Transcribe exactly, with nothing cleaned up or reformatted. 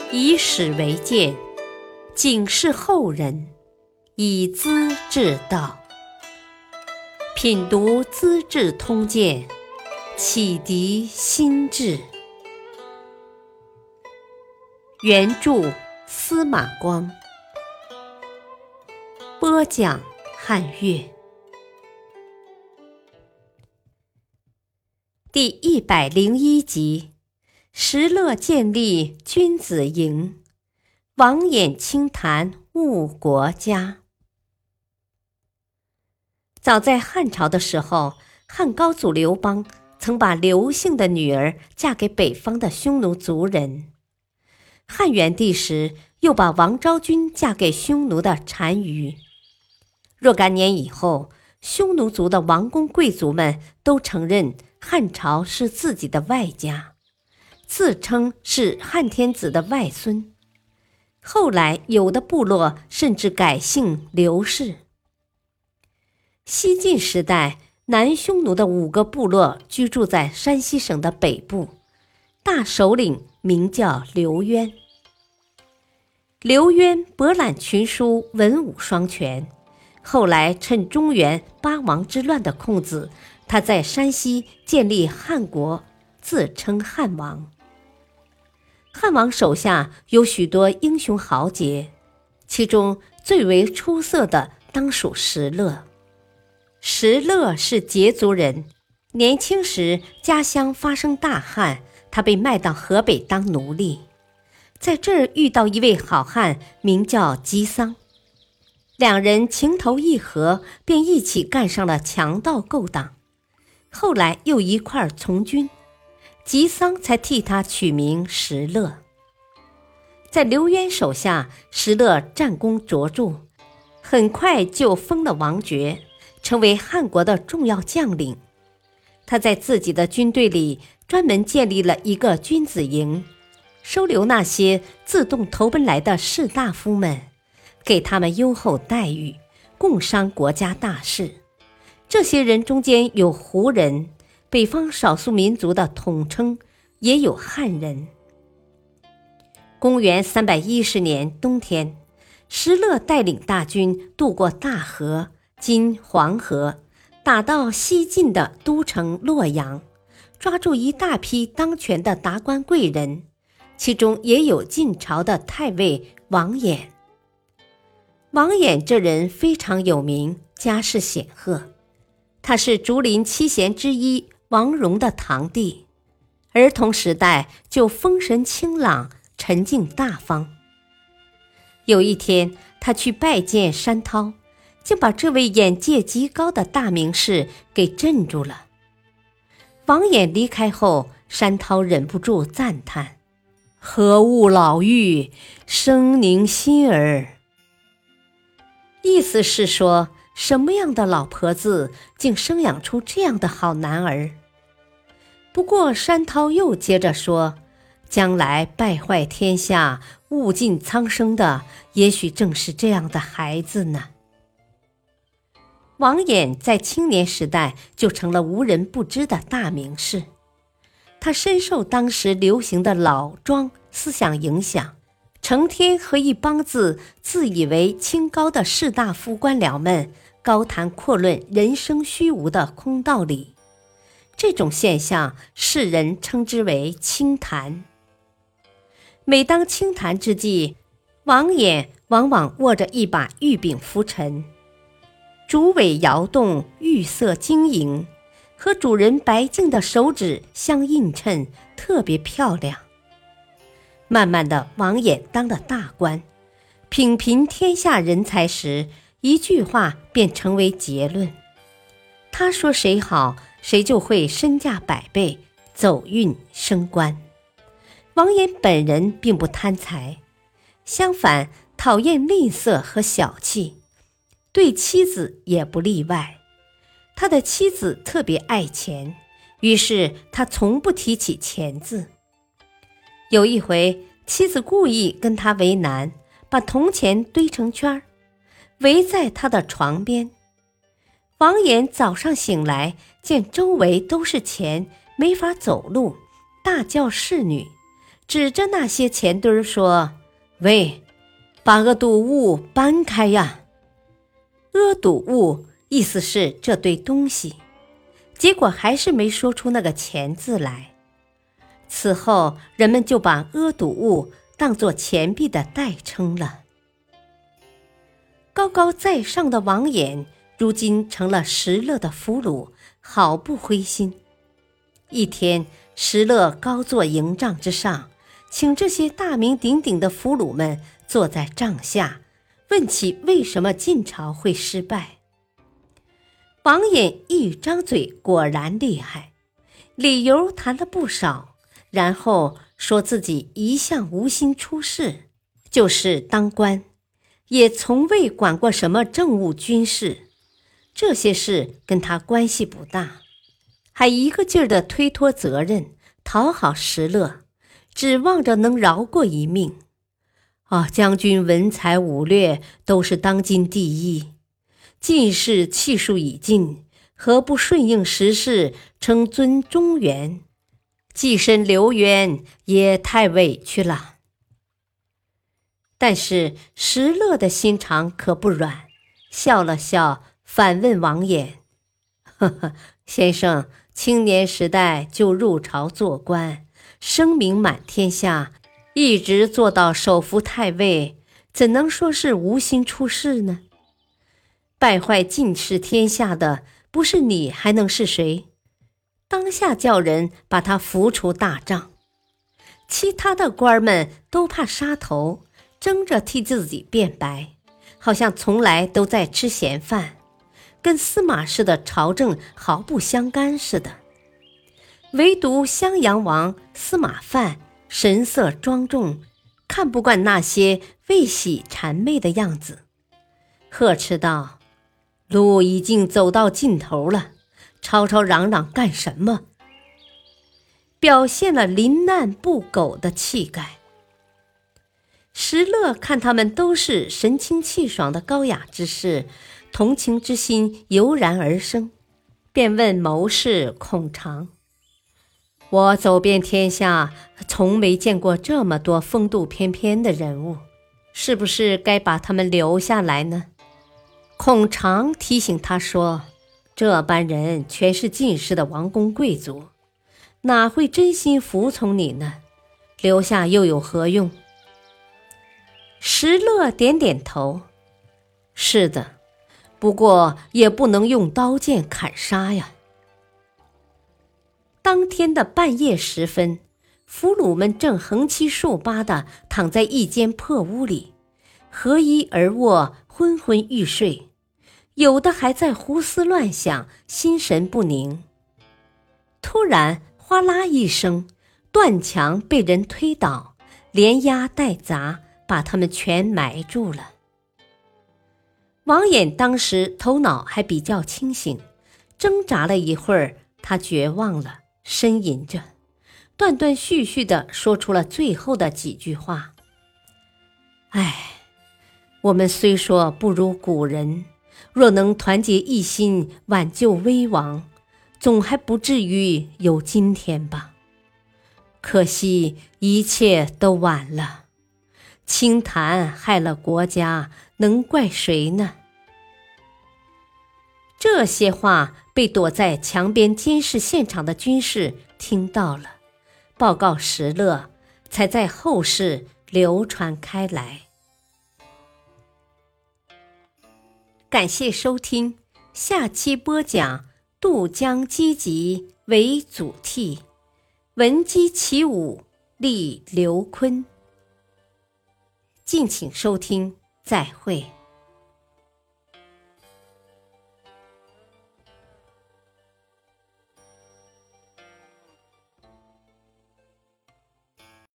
以史为鉴，警示后人，以资治道。品读《资治通鉴》，启迪心智。原著司马光，播讲汉乐。第一百零一集，石勒建立君子营，王衍清谈误国家。早在汉朝的时候，汉高祖刘邦曾把刘姓的女儿嫁给北方的匈奴族人。汉元帝时，又把王昭君嫁给匈奴的单于。若干年以后，匈奴族的王公贵族们都承认汉朝是自己的外家，自称是汉天子的外孙。后来有的部落甚至改姓刘氏。西晋时代，南匈奴的五个部落居住在山西省的北部，大首领名叫刘渊。刘渊博览群书，文武双全。后来趁中原八王之乱的空子，他在山西建立汉国，自称汉王。汉王手下有许多英雄豪杰，其中最为出色的当属石勒。石勒是羯族人，年轻时家乡发生大旱，他被卖到河北当奴隶。在这儿遇到一位好汉，名叫吉桑，两人情投意合，便一起干上了强盗勾当。后来又一块儿从军，吉桑才替他取名石勒。在刘渊手下，石勒战功卓著，很快就封了王爵，成为汉国的重要将领。他在自己的军队里专门建立了一个君子营，收留那些自动投奔来的士大夫们，给他们优厚待遇，共商国家大事。这些人中间有胡人，北方少数民族的统称，也有汉人。公元三百一十年冬天，石勒带领大军渡过大河，今黄河，打到西晋的都城洛阳，抓住一大批当权的达官贵人，其中也有晋朝的太尉王衍。王衍这人非常有名，家世显赫，他是竹林七贤之一王戎的堂弟，儿童时代就风神清朗，沉静大方。有一天，他去拜见山涛，竟把这位眼界极高的大名士给镇住了。王衍离开后，山涛忍不住赞叹：何物老妪，生宁心儿。意思是说，什么样的老婆子竟生养出这样的好男儿。不过山涛又接着说，将来败坏天下，物尽苍生的，也许正是这样的孩子呢。王衍在青年时代就成了无人不知的大名士，他深受当时流行的老庄思想影响，成天和一帮子自以为清高的士大夫官僚们高谈阔论人生虚无的空道理。这种现象，世人称之为清谈。每当清谈之际，王衍往往握着一把玉柄拂尘，竹尾摇动，玉色晶莹，和主人白净的手指相映衬，特别漂亮。慢慢的，王衍当了大官，品评天下人才时，一句话便成为结论。他说谁好，谁就会身价百倍，走运升官。王衍本人并不贪财，相反讨厌吝啬和小气，对妻子也不例外。他的妻子特别爱钱，于是他从不提起钱字。有一回，妻子故意跟他为难，把铜钱堆成圈，围在他的床边。王衍早上醒来，见周围都是钱，没法走路，大叫侍女， 指着那些钱堆儿说：“喂，把阿堵物搬开呀！”阿堵物意思是这堆东西，结果还是没说出那个钱字来。此后，人们就把阿堵物当作钱币的代称了。高高在上的王衍如今成了石勒的俘虏，毫不灰心。一天，石勒高坐营帐之上，请这些大名鼎鼎的俘虏们坐在帐下，问起为什么晋朝会失败。王衍一张嘴果然厉害，理由谈了不少，然后说自己一向无心出仕，就是当官，也从未管过什么政务军事，这些事跟他关系不大，还一个劲儿地推脱责任，讨好石勒，指望着能饶过一命。啊，将军文才武略都是当今第一，进士气数已尽，何不顺应时势，称尊中原？跻身流渊也太委屈了。但是石勒的心肠可不软，笑了笑，反问王衍：“呵呵，先生，青年时代就入朝做官，声名满天下，一直做到首辅太尉，怎能说是无心出仕呢？败坏晋室天下的不是你，还能是谁？当下叫人把他扶出大帐。其他的官儿们都怕杀头，争着替自己辩白，好像从来都在吃闲饭，跟司马氏的朝政毫不相干似的。唯独襄阳王司马范神色庄重，看不惯那些未喜谄媚的样子，呵斥道：“路已经走到尽头了，吵吵嚷嚷干什么？”表现了临难不苟的气概。石勒看他们都是神清气爽的高雅之士，同情之心油然而生，便问谋士孔常：“我走遍天下，从没见过这么多风度翩翩的人物，是不是该把他们留下来呢？”孔常提醒他说：“这般人全是进士的王公贵族，哪会真心服从你呢？留下又有何用？”石勒点点头：“是的，不过也不能用刀剑砍杀呀。”当天的半夜时分，俘虏们正横七竖八地躺在一间破屋里，合衣而卧，昏昏欲睡，有的还在胡思乱想，心神不宁。突然哗啦一声，断墙被人推倒，连压带砸，把他们全埋住了。王衍当时头脑还比较清醒，挣扎了一会儿，他绝望了，呻吟着，断断续续地说出了最后的几句话：“唉，我们虽说不如古人，若能团结一心，挽救危亡，总还不至于有今天吧。可惜一切都晚了。清谈害了国家，能怪谁呢？”这些话被躲在墙边监视现场的军士听到了，报告石勒，才在后世流传开来。感谢收听，下期播讲渡江击楫为祖逖，闻鸡起舞立刘琨。敬请收听，再会。